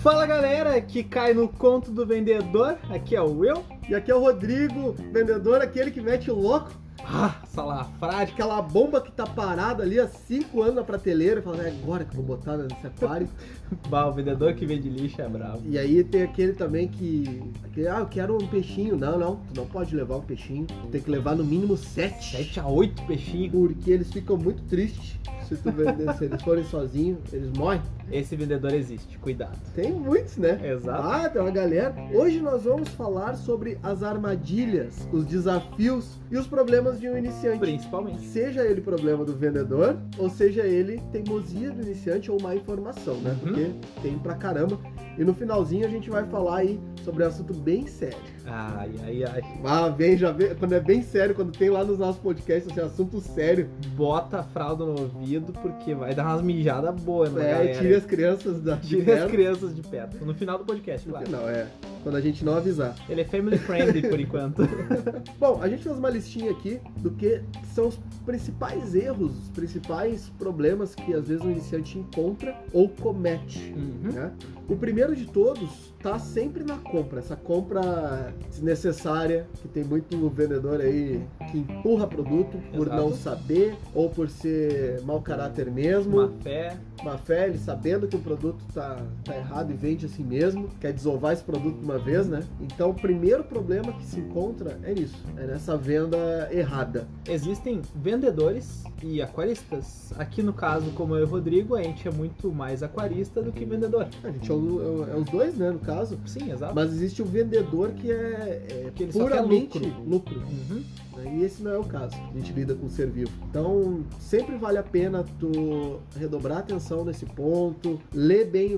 Fala galera, que cai no conto do vendedor, aqui é o Will. E aqui é o Rodrigo, vendedor, aquele que mete o louco. Salafrade. Aquela bomba que tá parada ali há 5 anos na prateleira, fala, é agora que eu vou botar nesse aquário. O vendedor que vende lixo é bravo. E aí tem aquele também eu quero um peixinho. Não, tu não pode levar um peixinho, tem que levar no mínimo 7 a 8 peixinhos. Porque eles ficam muito tristes se tu vender, se eles forem sozinhos, eles morrem. Esse vendedor existe, cuidado. Tem muitos, né? Exato. Tem uma galera. Hoje nós vamos falar sobre as armadilhas, os desafios e os problemas de um iniciante. Principalmente. Seja ele problema do vendedor, ou seja ele teimosia do iniciante ou má informação, né? Porque tem pra caramba. E no finalzinho a gente vai falar aí sobre um assunto bem sério. Ai. Quando é bem sério, quando tem lá nos nossos podcasts, assim, assunto sério. Bota a fralda no ouvido, porque vai dar umas mijadas boas na galera. Tire as crianças as crianças de perto. No final do podcast, claro. No final, quando a gente não avisar. Ele é family friendly por enquanto. Bom, a gente fez uma listinha aqui do que são os principais erros, os principais problemas que às vezes o iniciante encontra ou comete, né? O primeiro de todos tá sempre na compra, essa compra desnecessária, que tem muito vendedor aí que empurra produto por não saber ou por ser mau caráter mesmo. Má fé, ele sabendo que o produto tá errado e vende assim mesmo, quer desovar esse produto de uma vez, né? Então o primeiro problema que se encontra é nisso, é nessa venda errada. Existem vendedores e aquaristas. Aqui no caso, como eu e o Rodrigo, a gente é muito mais aquarista do que vendedor. A gente é os dois, né, no caso. Sim, exato. Mas existe o vendedor que que ele puramente só quer lucro. E esse não é o caso. A gente lida com o ser vivo. Então, sempre vale a pena tu redobrar atenção nesse ponto, ler bem o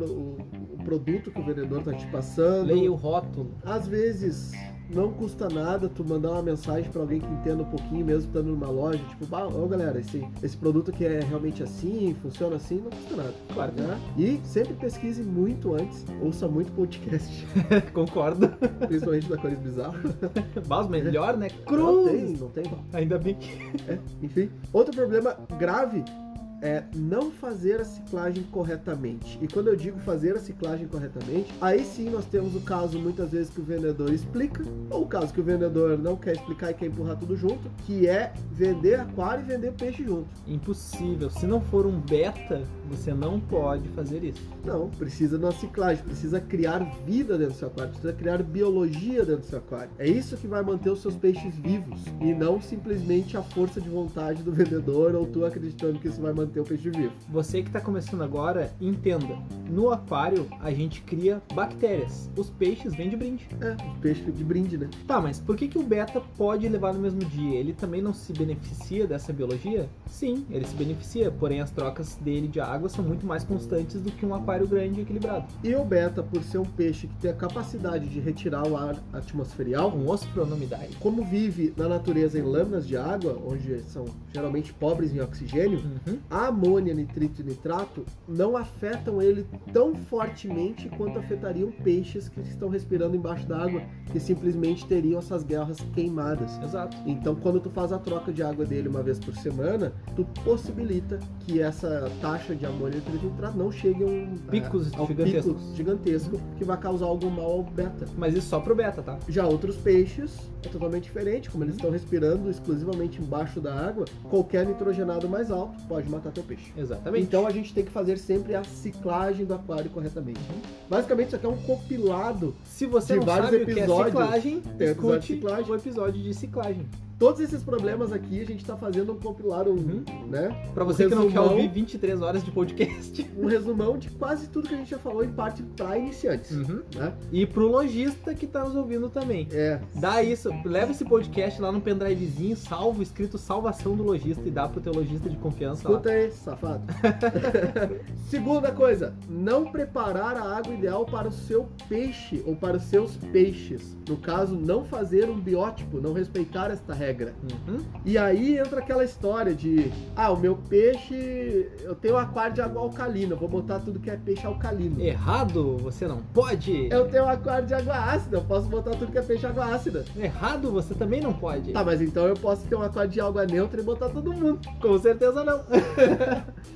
produto que o vendedor tá te passando. Leia o rótulo. Às vezes não custa nada tu mandar uma mensagem pra alguém que entenda um pouquinho, mesmo estando numa loja, tipo, galera, esse produto que é realmente assim, funciona assim, não custa nada. Claro, né? E sempre pesquise muito antes, ouça muito podcast. Concordo. Principalmente da Aquarismo Bizarro. Mas melhor, né? Cruz! Não tem. Ainda bem. Enfim. Outro problema grave é não fazer a ciclagem corretamente. E quando eu digo fazer a ciclagem corretamente, aí sim nós temos o caso muitas vezes que o vendedor explica, ou o caso que o vendedor não quer explicar e quer empurrar tudo junto, que é vender aquário e vender peixe junto. Impossível. Se não for um beta, você não pode fazer isso. Não, precisa de uma ciclagem, precisa criar vida dentro do seu aquário, precisa criar biologia dentro do seu aquário. É isso que vai manter os seus peixes vivos, e não simplesmente a força de vontade do vendedor ou tu acreditando que isso vai manter o peixe vivo. Você que está começando agora, entenda. No aquário, a gente cria bactérias. Os peixes vêm de brinde. Os peixes de brinde, né? Tá, mas por que o beta pode levar no mesmo dia? Ele também não se beneficia dessa biologia? Sim, ele se beneficia, porém as trocas dele de água são muito mais constantes do que um aquário grande e equilibrado. E o beta, por ser um peixe que tem a capacidade de retirar o ar atmosferial, um ospronomidae, como vive na natureza em lâminas de água, onde são geralmente pobres em oxigênio, a amônia, nitrito e nitrato não afetam ele tão fortemente quanto afetariam peixes que estão respirando embaixo d'água, que simplesmente teriam essas guerras queimadas. Exato. Então, quando tu faz a troca de água dele uma vez por semana, tu possibilita que essa taxa de amônia, nitrito e nitrato não chegue a um pico gigantesco que vai causar algum mal ao beta. Mas isso só pro beta, tá? Já outros peixes é totalmente diferente, como eles estão respirando exclusivamente embaixo da água, qualquer nitrogenado mais alto pode matar teu peixe. Exatamente. Então a gente tem que fazer sempre a ciclagem do aquário corretamente. Basicamente isso aqui é um compilado. Se você de não vários sabe episódios, o que é ciclagem, escute ciclagem. o episódio de ciclagem. Todos esses problemas aqui a gente tá fazendo um compilado, né? Pra você que não quer ouvir 23 horas de podcast. Um resumão de quase tudo que a gente já falou em parte pra iniciantes, né? E pro lojista que tá nos ouvindo também. Dá isso, leva esse podcast lá no pendrivezinho, escrito salvação do lojista e dá pro teu lojista de confiança. Escuta aí, safado. Segunda coisa, não preparar a água ideal para o seu peixe ou para os seus peixes. No caso, não fazer um biótipo, não respeitar esta regra. E aí entra aquela história de o meu peixe, eu tenho um aquário de água alcalina, eu vou botar tudo que é peixe alcalino. Errado, você não pode. Eu tenho um aquário de água ácida, eu posso botar tudo que é peixe água ácida. Errado, você também não pode. Tá, mas então eu posso ter um aquário de água neutra e botar todo mundo. Com certeza não.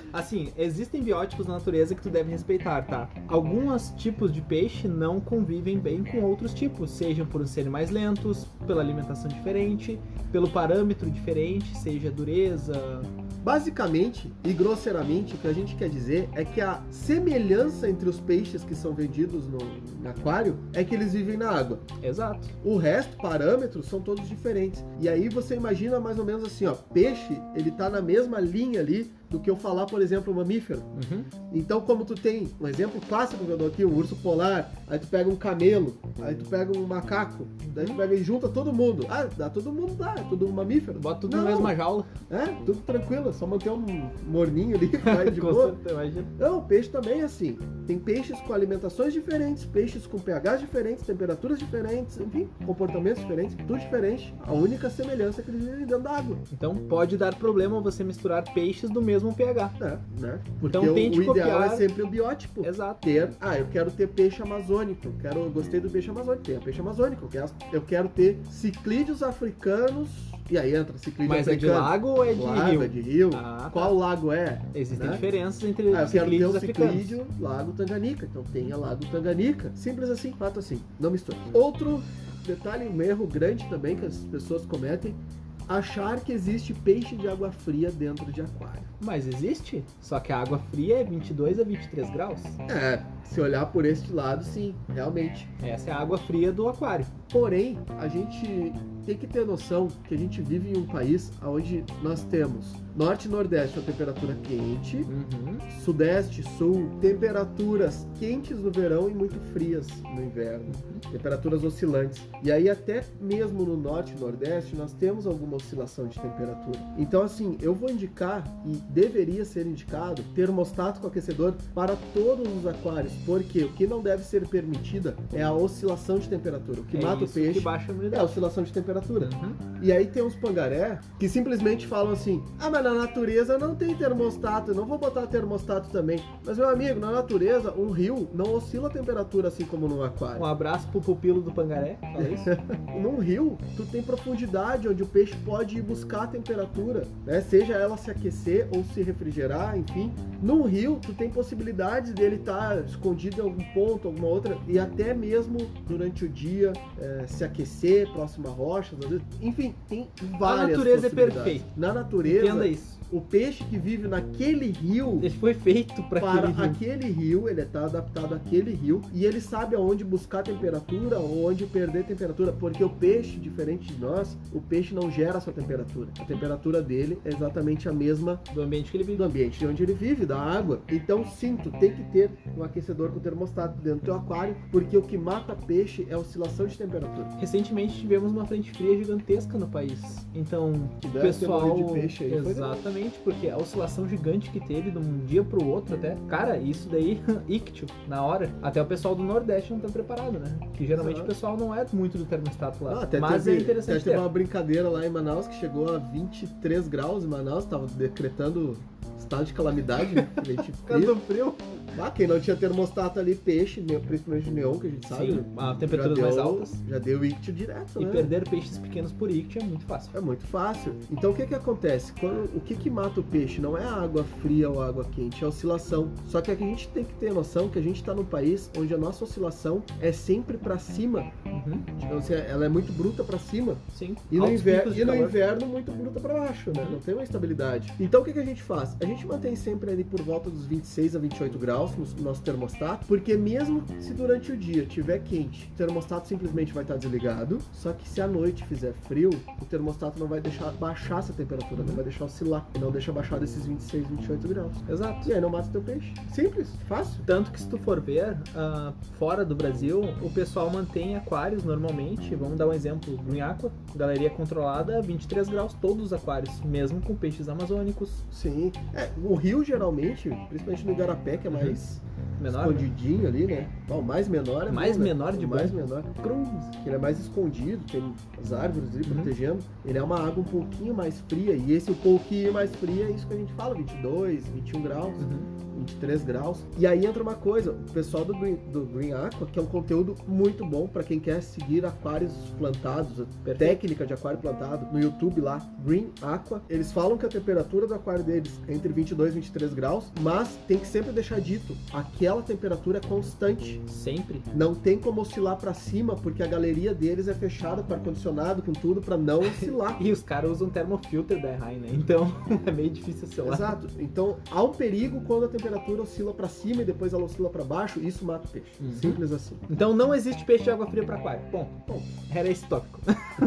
Assim, existem biótipos na natureza que tu deve respeitar, tá? Alguns tipos de peixe não convivem bem com outros tipos, sejam por serem mais lentos, pela alimentação diferente, pelo parâmetro diferente, seja dureza... Basicamente e grosseiramente, o que a gente quer dizer é que a semelhança entre os peixes que são vendidos no aquário é que eles vivem na água. Exato. O resto, parâmetros, são todos diferentes. E aí você imagina mais ou menos assim, ó, peixe, ele tá na mesma linha ali do que eu falar, por exemplo, mamífero. Então, como tu tem um exemplo clássico que eu dou aqui, um urso polar, aí tu pega um camelo, aí tu pega um macaco, daí tu pega e junta todo mundo. Ah, dá todo mundo, dá, é tudo um mamífero. Bota tudo na mesma jaula. É, tudo tranquilo, é só manter um morninho ali que vai de boa. Não, o peixe também é assim. Tem peixes com alimentações diferentes, peixes com pHs diferentes, temperaturas diferentes, enfim, comportamentos diferentes, tudo diferente. A única semelhança é que eles vivem dentro da água. Então pode dar problema você misturar peixes do mesmo pH. Né? Porque então, tente o ideal copiar... é sempre o biótipo. Exato. Eu quero ter peixe amazônico. Eu gostei do peixe amazônico. Tem peixe amazônico. Eu quero ter ciclídeos africanos. E aí entra ciclídeo africano. Mas africano. é de lago ou é de rio? É de rio. Tá. Qual lago é? Existem diferenças entre eu ciclídeos quero ter africanos. Ciclídeo, lago Tanganica. Então tenha lago Tanganica. Simples assim, fato assim. Não mistura. Outro detalhe, um erro grande também que as pessoas cometem, achar que existe peixe de água fria dentro de aquário. Mas existe, só que a água fria é 22 a 23 graus. Se olhar por este lado, sim, realmente. Essa é a água fria do aquário. Porém, a gente tem que ter noção que a gente vive em um país onde nós temos norte e nordeste, a temperatura quente, sudeste, sul, temperaturas quentes no verão e muito frias no inverno, temperaturas oscilantes. E aí até mesmo no norte e nordeste nós temos alguma oscilação de temperatura. Então assim, eu vou indicar, e deveria ser indicado, termostato com aquecedor para todos os aquários, porque o que não deve ser permitida é a oscilação de temperatura. O que mata o peixe é a oscilação de temperatura. E aí tem uns pangaré que simplesmente falam assim, mas na natureza não tem termostato, eu não vou botar termostato também. Mas meu amigo, na natureza, um rio não oscila a temperatura assim como no aquário. Um abraço pro pupilo do pangaré, fala isso. Num rio, tu tem profundidade onde o peixe pode ir buscar a temperatura, né? Seja ela se aquecer ou se refrigerar, enfim. Num rio, tu tem possibilidades dele estar escondido em algum ponto, alguma outra, e até mesmo durante o dia se aquecer próximo a rochas, enfim, tem várias. A natureza é perfeita. Na natureza, entenda isso. O peixe que vive naquele rio, ele foi feito para aquele rio, ele está adaptado àquele rio e ele sabe aonde buscar temperatura ou onde perder temperatura, porque o peixe, diferente de nós, o peixe não gera a sua temperatura. A temperatura dele é exatamente a mesma do ambiente que ele vive, do ambiente onde ele vive, da água. Então, sim, tu tem que ter um aquecedor com termostato dentro do teu aquário, porque o que mata peixe é a oscilação de temperatura. Recentemente tivemos uma frente fria gigantesca no país. Então, o pessoal de peixe aí, exatamente. Porque a oscilação gigante que teve de um dia pro outro até, cara, isso daí, ictio, na hora. Até o pessoal do Nordeste não tá preparado, né? Que geralmente o pessoal não é muito do termostato lá. Mas é interessante. Teve uma brincadeira lá em Manaus que chegou a 23 graus em Manaus, tava decretando estado de calamidade, frente frio. Quem não tinha termostato ali, peixe, principalmente neon, que a gente sabe. Sim, a temperaturas mais altas. Já deu ictio direto, né? E perder peixes pequenos por ictio é muito fácil. É muito fácil. Então o que acontece? O que mata o peixe não é a água fria ou a água quente, é a oscilação. Só que a gente tem que ter noção que a gente está num país onde a nossa oscilação é sempre para cima. Então, ela é muito bruta para cima. Sim. E no inverno muito bruta para baixo, né? Não tem uma estabilidade. Então o que a gente faz? A gente mantém sempre ali por volta dos 26 a 28 graus no nosso termostato, porque mesmo se durante o dia tiver quente, o termostato simplesmente vai estar desligado, só que se à noite fizer frio, o termostato não vai deixar baixar essa temperatura, não vai deixar oscilar, e não deixa baixar desses 26, 28 graus. Exato. E aí não mata o teu peixe. Simples, fácil. Tanto que se tu for ver, fora do Brasil, o pessoal mantém aquários normalmente, vamos dar um exemplo, Green Aqua, galeria controlada, 23 graus, todos os aquários, mesmo com peixes amazônicos. Sim. O rio geralmente, principalmente no Igarapé, que é mais menor, escondidinho, né? Ali, né? O mais menor é mais bom, menor né? de mais bom. menor. Cruz, que ele é mais escondido, tem as árvores ali protegendo. Ele é uma água um pouquinho mais fria, e esse um pouquinho mais fria é isso que a gente fala, 22, 21 graus. 23 graus. E aí entra uma coisa, o pessoal do Green Aqua, que é um conteúdo muito bom para quem quer seguir aquários plantados, técnica de aquário plantado, no YouTube lá, Green Aqua. Eles falam que a temperatura do aquário deles é entre 22 e 23 graus, mas tem que sempre deixar dito, aquela temperatura é constante. Sempre. Não tem como oscilar para cima, porque a galeria deles é fechada com ar-condicionado, com tudo, para não oscilar. E os caras usam termofilter da Errai, né? Então é meio difícil oscilar. Exato. Então há um perigo quando a temperatura oscila para cima e depois ela oscila para baixo, isso mata o peixe. Simples assim. Então não existe peixe de água fria para aquário. Bom, era esse tópico.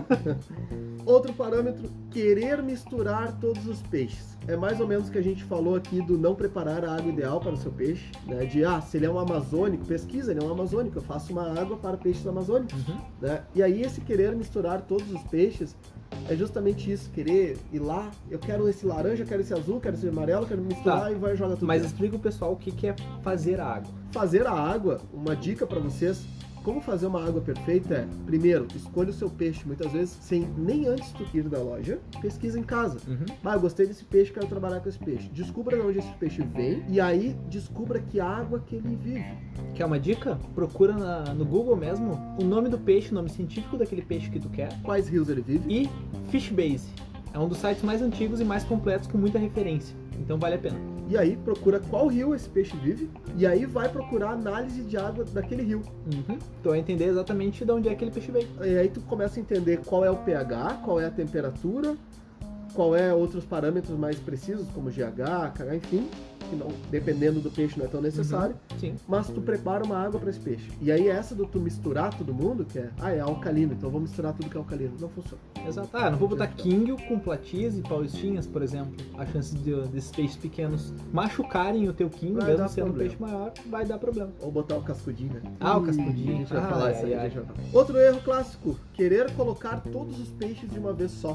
Outro parâmetro, querer misturar todos os peixes. É mais ou menos o que a gente falou aqui do não preparar a água ideal para o seu peixe, né? De, se ele é um amazônico, pesquisa, ele é um amazônico, eu faço uma água para peixes amazônicos, né? E aí esse querer misturar todos os peixes é justamente isso, querer ir lá, eu quero esse laranja, eu quero esse azul, eu quero esse amarelo, eu quero misturar e vai jogar tudo. Mas dentro. explica o pessoal o que é fazer a água. Fazer a água, uma dica para vocês. Como fazer uma água perfeita é, primeiro, escolha o seu peixe, muitas vezes, sem nem antes tu ir da loja, pesquisa em casa. Eu gostei desse peixe, quero trabalhar com esse peixe. Descubra de onde esse peixe vem e aí descubra que água que ele vive. Quer uma dica? Procura no Google mesmo o nome do peixe, o nome científico daquele peixe que tu quer. Quais rios ele vive. E Fishbase. É um dos sites mais antigos e mais completos com muita referência. Então vale a pena. E aí procura qual rio esse peixe vive e aí vai procurar análise de água daquele rio. Tu vai entender exatamente de onde é aquele peixe veio. E aí tu começa a entender qual é o pH, qual é a temperatura, qual é outros parâmetros mais precisos, como GH, KH, enfim, que não, dependendo do peixe não é tão necessário. Sim. Mas tu prepara uma água para esse peixe. E aí essa do tu misturar todo mundo, que é alcalino, então vou misturar tudo que é alcalino. Não funciona. Exato. Não vou botar quingue com platis e paulistinhas, por exemplo. A chance desses peixes pequenos machucarem o teu quingue, mesmo sendo um peixe maior, vai dar problema. Ou botar o cascudinho, né? O cascudinho. A gente vai falar isso aí. Outro erro clássico, querer colocar todos os peixes de uma vez só.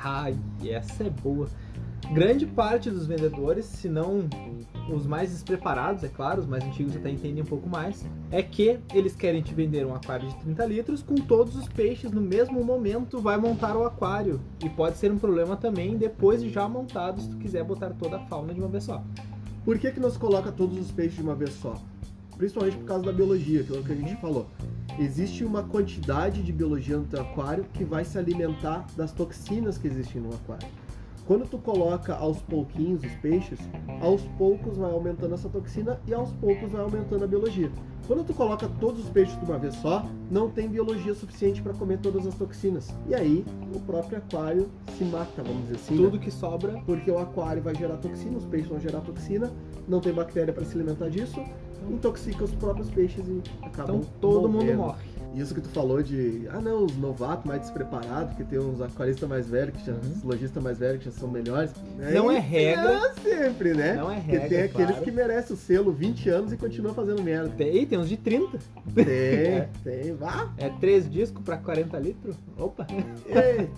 E essa é boa. Grande parte dos vendedores, se não os mais despreparados, é claro, os mais antigos até entendem um pouco mais, é que eles querem te vender um aquário de 30 litros com todos os peixes no mesmo momento, vai montar o aquário. E pode ser um problema também depois de já montado, se tu quiser botar toda a fauna de uma vez só. Por que não se coloca todos os peixes de uma vez só? Principalmente por causa da biologia, que é o que a gente falou. Existe uma quantidade de biologia no teu aquário que vai se alimentar das toxinas que existem no aquário. Quando tu coloca aos pouquinhos os peixes, aos poucos vai aumentando essa toxina e aos poucos vai aumentando a biologia. Quando tu coloca todos os peixes de uma vez só, não tem biologia suficiente para comer todas as toxinas. E aí, o próprio aquário se mata, vamos dizer assim. Tudo que sobra. Porque o aquário vai gerar toxina, os peixes vão gerar toxina, não tem bactéria para se alimentar disso, intoxica os próprios peixes e acabam Então todo mundo morre. Isso que tu falou de, os novatos mais despreparados, que tem uns aquaristas mais velhos, que já, os lojistas mais velhos que já são melhores. Não é regra. Não sempre, né? Não é regra, porque tem aqueles claro. que merecem o selo 20 anos e continuam fazendo merda. Tem uns de 30. Tem. Vá. É 3 discos para 40 litros? Opa! Eita,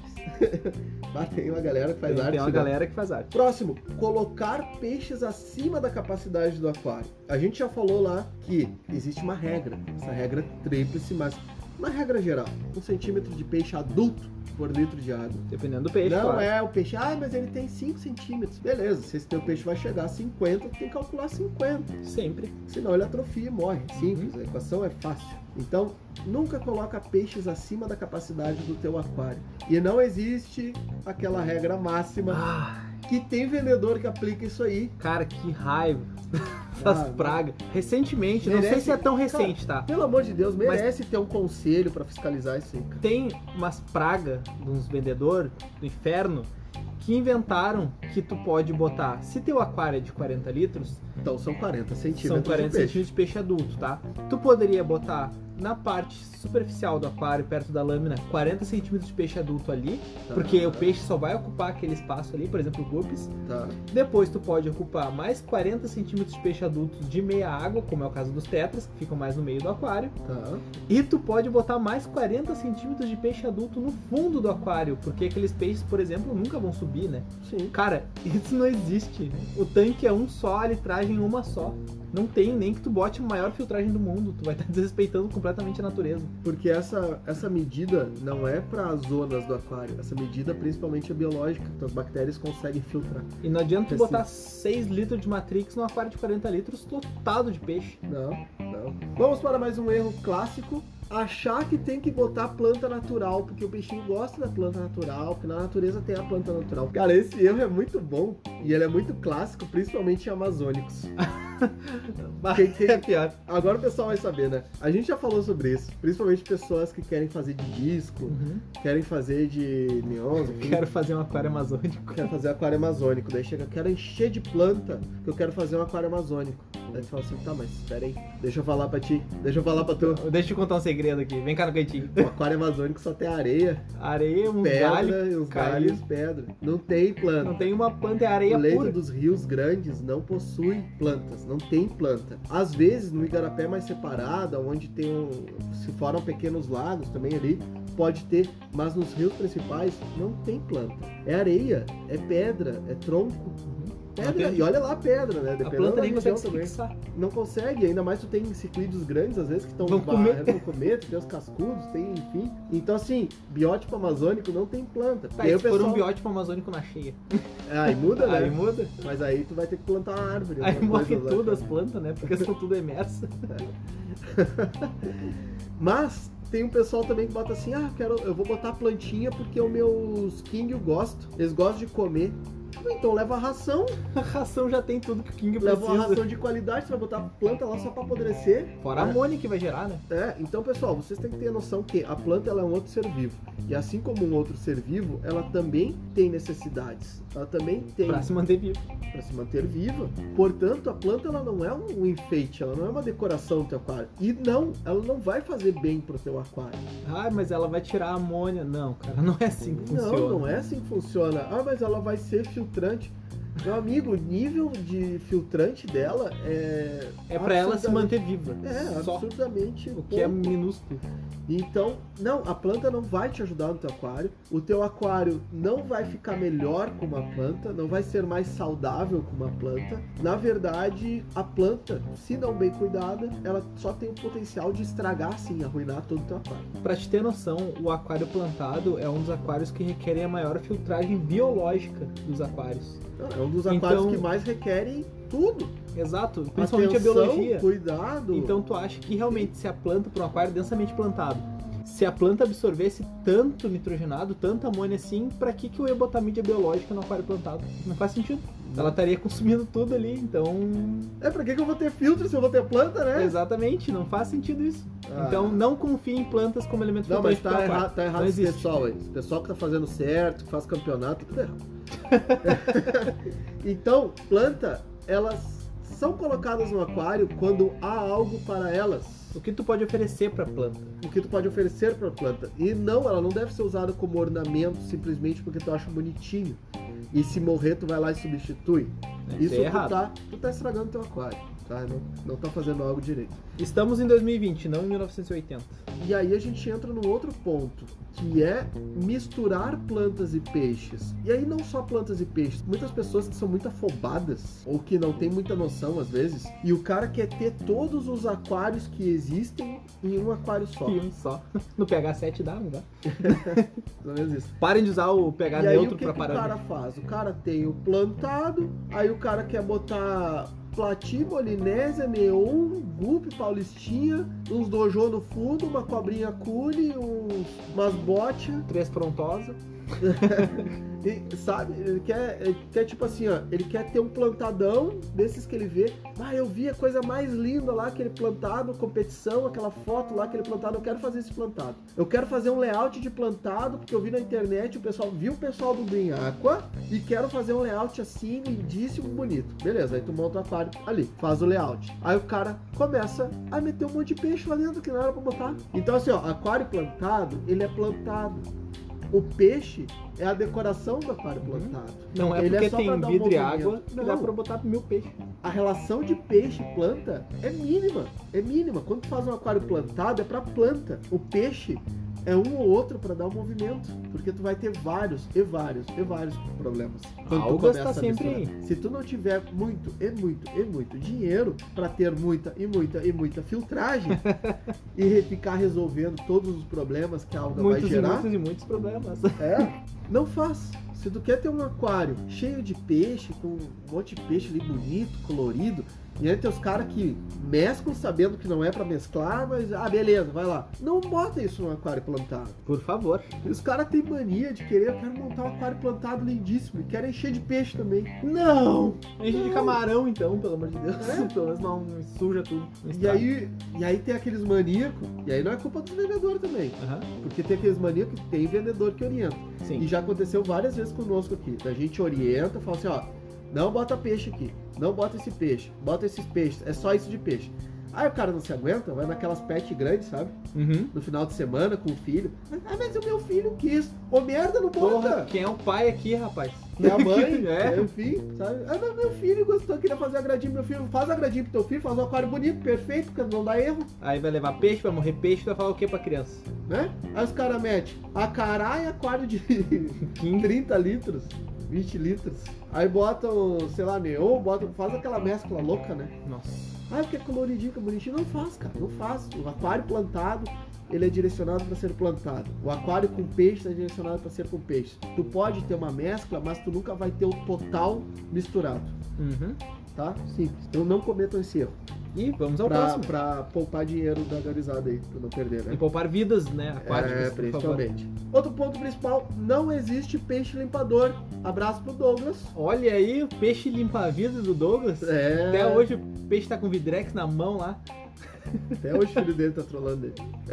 tem uma galera que faz arte. Tem uma galera que faz arte. Próximo, colocar peixes acima da capacidade do aquário. A gente já falou lá que existe uma regra. Essa regra é tríplice, mas uma regra geral. 1 centímetro de peixe adulto por litro de água. Dependendo do peixe, Não claro. é o peixe, mas ele tem 5 centímetros. Beleza, se esse teu peixe vai chegar a 50, tu tem que calcular 50. Sempre. Senão ele atrofia e morre. Simples, a equação é fácil. Então, nunca coloca peixes acima da capacidade do teu aquário. E não existe aquela regra máxima que tem vendedor que aplica isso aí. Cara, que raiva. Essas pragas. Recentemente, Merece, não sei se é tão recente, cara, tá? Pelo amor de Deus, merece ter um conselho pra fiscalizar isso aí, cara. Tem umas pragas de uns vendedores do inferno que inventaram que tu pode botar, se teu aquário é de 40 litros, então são 40 centímetros são 40 de peixe. centímetros de peixe adulto, tá? Tu poderia botar na parte superficial do aquário, perto da lâmina, 40 centímetros de peixe adulto ali, porque o peixe só vai ocupar aquele espaço ali, por exemplo, o guppies. Depois tu pode ocupar mais 40 centímetros de peixe adulto de meia água, como é o caso dos tetras, que ficam mais no meio do aquário. E tu pode botar mais 40 centímetros de peixe adulto no fundo do aquário, porque aqueles peixes, por exemplo, nunca vão subir, né? Sim. Cara, isso não existe. O tanque é um só, a litragem uma só. Não tem nem que tu bote a maior filtragem do mundo. Tu vai estar desrespeitando completamente a natureza. Porque essa medida não é para as zonas do aquário. Essa medida principalmente é biológica. Então as bactérias conseguem filtrar. E não adianta tu botar 6 litros de Matrix num aquário de 40 litros lotado de peixe. Não. Vamos para mais um erro clássico. Achar que tem que botar planta natural, porque o peixinho gosta da planta natural, porque na natureza tem a planta natural. Cara, esse erro é muito bom e ele é muito clássico, principalmente em amazônicos. É pior. Agora o pessoal vai saber, né? A gente já falou sobre isso, principalmente pessoas que querem fazer de disco, querem fazer de neon. Quero fazer um aquário amazônico. Quero fazer aquário amazônico. Daí chega, quero encher de planta, que eu quero fazer um aquário amazônico. Daí tu fala assim, tá, mas espera aí, deixa eu falar pra ti, deixa eu falar pra tu. Deixa eu contar um segredo aqui, vem cá no cantinho. O aquário amazônico só tem areia, uns pedra, uns galhos, galhos, pedra. Não tem planta. Não tem uma planta, é areia O leito pura. dos rios grandes não possui plantas, não tem planta. Às vezes, no igarapé mais separado, onde se formam pequenos lagos também ali, pode ter, mas nos rios principais não tem planta. É areia, é pedra, é tronco. Pedra, e olha lá a pedra, né? A planta nem consegue se fixar. Não consegue, ainda mais tu tem ciclídeos grandes, às vezes, que estão vão comer, tu tem os cascudos, tem, enfim. Então, assim, biótipo amazônico não tem planta. Tá, e se for um biótipo amazônico na cheia? Aí muda, né? Aí muda. Mas aí tu vai ter que plantar uma árvore. Aí morre tudo as plantas, né? Porque são tudo emersas. Mas tem um pessoal também que bota assim, eu vou botar plantinha porque os meus king eu gosto. Eles gostam de comer. Então leva a ração. A ração já tem tudo que o King precisa. Leva uma ração de qualidade, você vai botar planta lá só pra apodrecer. Fora a amônia que vai gerar, né? Então pessoal, vocês têm que ter noção que a planta ela é um outro ser vivo. E assim como um outro ser vivo, ela também tem necessidades. Ela também tem... Pra se manter viva. Pra se manter viva. Portanto, a planta ela não é um enfeite, ela não é uma decoração do teu aquário. E não, ela não vai fazer bem pro teu aquário. Mas ela vai tirar a amônia. Não, cara, não é assim que funciona. Não é assim que funciona. Mas ela vai ser filtrante. Meu amigo, o nível de filtrante dela é pra ela se manter viva. Absurdamente o que é minúsculo. Então, não, a planta não vai te ajudar no teu aquário. O teu aquário não vai ficar melhor com uma planta, não vai ser mais saudável com uma planta. Na verdade, a planta, se não bem cuidada, ela só tem o potencial de estragar, assim, arruinar todo o teu aquário. Pra te ter noção, o aquário plantado é um dos aquários que requerem a maior filtragem biológica dos aquários. É um dos aquários que mais requerem tudo. Exato, principalmente atenção, a biologia. Cuidado. Então tu acha que realmente se a planta para um aquário densamente plantado, se a planta absorvesse tanto nitrogenado, tanta amônia assim, pra que eu ia botar mídia biológica no aquário plantado? Não faz sentido. Ela estaria consumindo tudo ali, então... Pra que eu vou ter filtro se eu vou ter planta, né? Exatamente, não faz sentido isso. Então não confie em plantas como elemento filtrante. Não, mas tá errado esse pessoal aí. Esse pessoal que tá fazendo certo, que faz campeonato, tudo errado. Então, planta, elas são colocadas no aquário quando há algo para elas. O que tu pode oferecer para a planta? O que tu pode oferecer para a planta. E não, ela não deve ser usada como ornamento simplesmente porque tu acha bonitinho. E se morrer, tu vai lá e substitui. Isso é errado. Tu tá estragando teu aquário. Tá? Não tá fazendo algo direito. Estamos em 2020, não em 1980. E aí a gente entra num outro ponto, que é misturar plantas e peixes. E aí não só plantas e peixes, muitas pessoas que são muito afobadas, ou que não tem muita noção às vezes, e o cara quer ter todos os aquários que existem em um aquário só. Em um só. No pH 7 dá, não dá? Não existe. Parem de usar o pH e neutro aí, para parar. O cara faz? O cara tem o plantado, aí o cara quer botar Plati, Polinésia, Neon, Guppy, Paulistinha, uns dojo no fundo, uma cobrinha cule, umas botias. 3 frontosas. E, sabe, ele quer tipo assim, ó, ele quer ter um plantadão desses que ele vê. Eu vi a coisa mais linda lá, aquele plantado, competição, aquela foto lá, aquele plantado, eu quero fazer esse plantado. Eu quero fazer um layout de plantado, porque eu vi na internet, viu o pessoal do Green Aqua, e quero fazer um layout assim, lindíssimo, bonito. Beleza, aí tu monta o aquário ali, faz o layout. Aí o cara começa a meter um monte de peixe lá dentro, que não era pra botar. Então assim, ó, aquário plantado, ele é plantado. O peixe é a decoração do aquário plantado. Não é porque tem vidro e água que dá pra botar 1000 peixes. A relação de peixe e planta é mínima. É mínima. Quando tu faz um aquário plantado, é pra planta. O peixe é um ou outro para dar um movimento, porque tu vai ter vários problemas. Quando tu Algas começa tá a sempre misturar. aí. Se tu não tiver muito dinheiro para ter muita filtragem e ficar resolvendo todos os problemas que a alga vai gerar, muitos problemas. não faz. Se tu quer ter um aquário cheio de peixe, com um monte de peixe ali bonito, colorido, e aí tem os caras que mesclam sabendo que não é pra mesclar, mas, beleza, vai lá. Não bota isso num aquário plantado. Por favor. E os caras têm mania de querer, eu quero montar um aquário plantado lindíssimo, e querem encher de peixe também. Não! Enche de camarão, então, pelo amor de Deus. Pelo menos não suja tudo. E aí tem aqueles maníacos, e aí não é culpa dos vendedores também. Porque tem aqueles maníacos que tem vendedor que orienta. Sim. E já aconteceu várias vezes conosco aqui. A gente orienta, fala assim, ó, não bota peixe aqui, não bota esse peixe, bota esses peixes, é só isso de peixe. Aí o cara não se aguenta, vai naquelas pet grandes, sabe? No final de semana com o filho. Mas o meu filho quis. Ô merda, não bota. Porra, quem é o pai aqui, rapaz? Quem é a mãe, enfim, sabe? Mas meu filho gostou, queria fazer agradinho pro meu filho. Faz agradinho pro teu filho, faz um aquário bonito, perfeito, porque não dá erro. Aí vai levar peixe, vai morrer peixe, vai falar o que pra criança? Né? Aí os caras metem a caralho aquário de 30 litros. 20 litros. Aí botam, sei lá, neon, faz aquela mescla louca, né? Nossa. Porque é coloridinho, que é bonitinho. Não faz, cara, não faz. O aquário plantado, ele é direcionado para ser plantado. O aquário com peixe é direcionado para ser com peixe. Tu pode ter uma mescla, mas tu nunca vai ter o total misturado. Tá? Simples. Então não cometam esse erro. E vamos ao próximo. Pra poupar dinheiro da garizada aí, pra não perder, né? E poupar vidas, né? Aquáticas, principalmente. Outro ponto principal, não existe peixe limpador. Abraço pro Douglas. Olha aí, o peixe limpa-vidas do Douglas. Até hoje o peixe tá com vidrex na mão lá. Até hoje o filho dele tá trolando ele.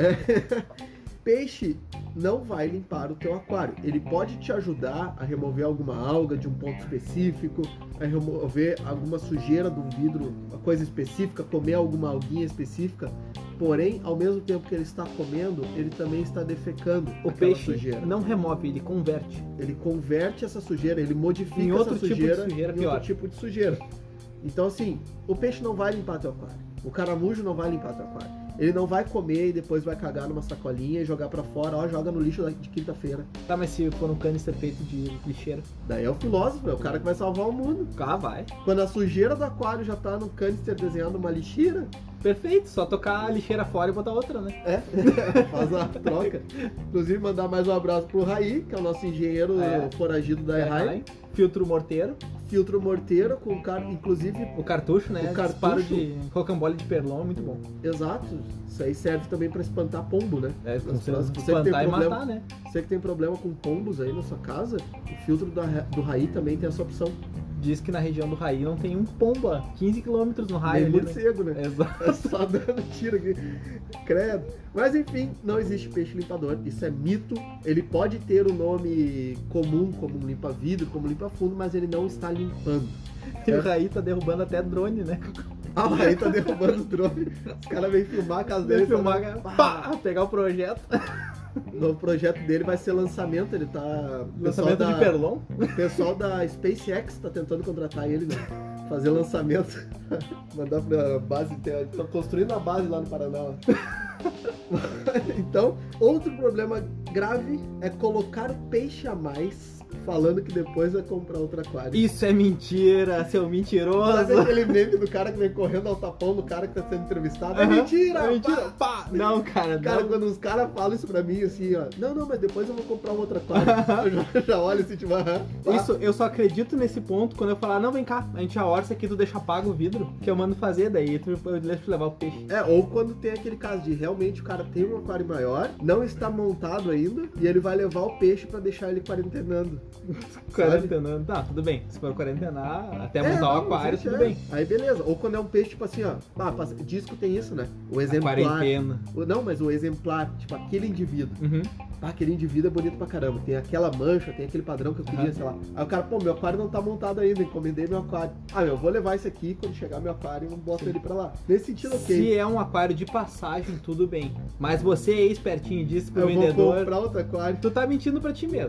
Peixe não vai limpar o teu aquário. Ele pode te ajudar a remover alguma alga de um ponto específico, a remover alguma sujeira de um vidro, uma coisa específica, comer alguma alguinha específica. Porém, ao mesmo tempo que ele está comendo, ele também está defecando o peixe sujeira. Não remove, ele converte. Ele converte essa sujeira, ele modifica essa sujeira em outro tipo de sujeira. Então, assim, o peixe não vai limpar teu aquário. O caramujo não vai limpar teu aquário. Ele não vai comer e depois vai cagar numa sacolinha e jogar pra fora, joga no lixo de quinta-feira. Tá, mas se for um canister feito de lixeira? Daí é o filósofo, é o cara que vai salvar o mundo. Vai. Quando a sujeira do aquário já tá no canister desenhando uma lixeira. Perfeito, só tocar a lixeira fora e botar outra, né? Faz a troca. Inclusive, mandar mais um abraço pro Raí, que é o nosso engenheiro foragido da ERAI. Filtro morteiro. Filtro morteiro com inclusive o cartucho, né? O cartucho de rocambole de perlon é muito bom. Exato. Isso aí serve também pra espantar pombo, né? Espantar e matar, né? Você que tem problema com pombos aí na sua casa, o filtro do Raí também tem essa opção. Diz que na região do Raí não tem um pomba, 15 km no raio. Nem morcego, né? Exato. É só dando tiro aqui. Credo. Mas enfim, não existe peixe limpador. Isso é mito. Ele pode ter o nome comum, como limpa-vidro, como limpa-fundo, mas ele não está limpando. E o Raí tá derrubando até drone, né? O Raí tá derrubando o drone. Os caras vêm filmar a casa dele. Pegar o projeto. No projeto dele vai ser lançamento, ele tá... Lançamento de perlon? O pessoal da SpaceX tá tentando contratar ele, né? Fazer lançamento. Mandar pra base, estão construindo a base lá no Paraná. Então, outro problema grave é colocar peixe a mais, falando que depois vai comprar outro aquário. Isso é mentira, seu mentiroso. Sabe aquele meme do cara que vem correndo ao tapão do cara que tá sendo entrevistado? É mentira! É mentira! Pá. Não, cara, não. Quando os caras falam isso pra mim, assim, ó, não, mas depois eu vou comprar um outro aquário. Eu já olho assim, tipo, Isso, eu só acredito nesse ponto quando eu falar, não, vem cá, a gente já orça aqui, tu deixa pago o vidro, que eu mando fazer, daí eu deixo levar o peixe. Ou quando tem aquele caso de realmente o cara tem um aquário maior, não está montado ainda, e ele vai levar o peixe pra deixar ele quarentenando. Quarentenando, tá, tudo bem. Se for quarentenar, até montar o aquário, tudo bem. Aí beleza. Ou quando é um peixe, tipo assim, ó. Disco tem isso, né? O exemplar. A quarentena. Não, mas o exemplar, tipo, aquele indivíduo. Aquele indivíduo é bonito pra caramba. Tem aquela mancha, tem aquele padrão que eu queria, sei lá. Aí o cara, meu aquário não tá montado ainda, encomendei meu aquário. Eu vou levar esse aqui, quando chegar meu aquário, eu boto ele pra lá. Nesse sentido, ok. Se é um aquário de passagem, tudo bem. Mas você é espertinho disso pro vendedor. Eu vou comprar outro aquário. Tu tá mentindo pra ti mesmo.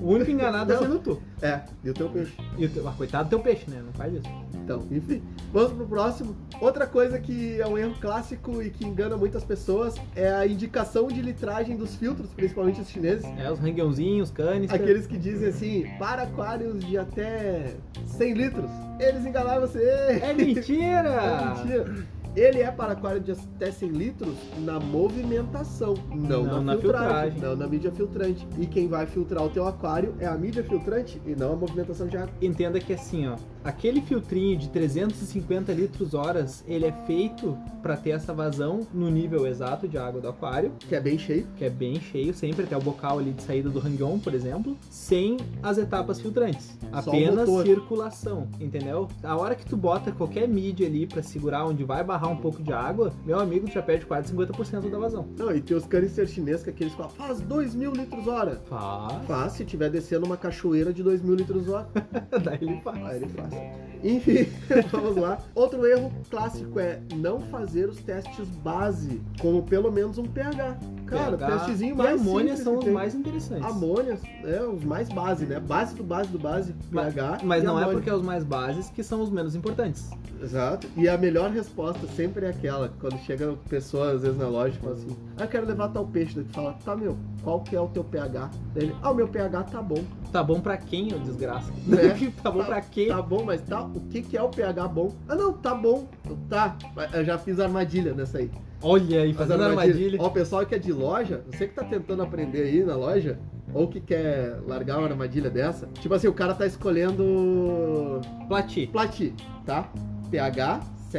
O único enganado tá Não. sendo tu. E o teu peixe. Coitado do teu peixe, né? Não faz isso. Então, enfim. Vamos pro próximo. Outra coisa que é um erro clássico e que engana muitas pessoas é a indicação de litragem dos filtros, principalmente os chineses. Os rangueãozinhos, os canes. Aqueles que dizem assim, para aquários de até 100 litros. Eles enganaram você. É mentira! É mentira. Ele é para aquário de até 100 litros na movimentação, não na filtragem. Não na mídia filtrante. E quem vai filtrar o teu aquário é a mídia filtrante e não a movimentação de água. Entenda que assim, ó, aquele filtrinho de 350 litros horas, ele é feito para ter essa vazão no nível exato de água do aquário. Que é bem cheio. Que é bem cheio, sempre até o bocal ali de saída do hang-on, por exemplo, sem as etapas filtrantes. Apenas circulação, entendeu? A hora que tu bota qualquer mídia ali para segurar onde vai barrar um pouco de água, meu amigo, tu já perde quase 50% da vazão. Não, e tem os canister chineses que aqueles falam, faz 2.000 litros hora. Faz, se tiver descendo uma cachoeira de 2.000 litros hora. Daí ele faz. Aí ele faz. Enfim, vamos lá. Outro erro clássico é não fazer os testes base, como pelo menos um pH. Cara, testezinho mais simples. E amônia são os mais interessantes. Amônia, os mais base, né? Base do base, pH. Mas não é porque é os mais bases que são os menos importantes. Exato. E a melhor resposta sempre é aquela, quando chega pessoa às vezes na loja e fala assim, eu quero levar tal peixe, daí tu fala, tá meu, qual que é o teu pH? Daí ele, o meu pH tá bom. Tá bom pra quem, ô desgraça? Tá bom pra quê? Tá bom, mas tá, o que é o pH bom? Não, tá bom. Tá, eu já fiz armadilha nessa aí. Olha aí, fazendo armadilha. Ó, o pessoal que é de loja, você que tá tentando aprender aí na loja, ou que quer largar uma armadilha dessa, tipo assim, o cara tá escolhendo... Plati, tá? pH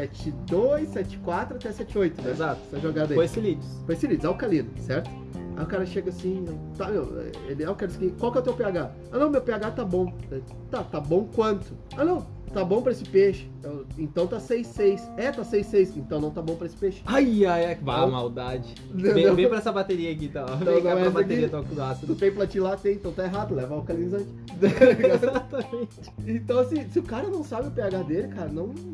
7,2, 7,4 até 7,8, né? Exato. Essa jogada aí. Coecilídeos, alcalino, certo? Aí o cara chega assim, tá, meu, eu quero seguir, qual que é o teu pH? Não, meu pH tá bom. Tá bom quanto? Não, tá bom pra esse peixe. Então tá 6,6. Tá 6,6, então não tá bom pra esse peixe. Ai, maldade. Vem pra essa bateria aqui, então. Vem cá pra bateria do ácido. Tu tem platina lá, tem, então tá errado, leva alcalinizante. Exatamente. Então assim, se o cara não sabe o pH dele, cara,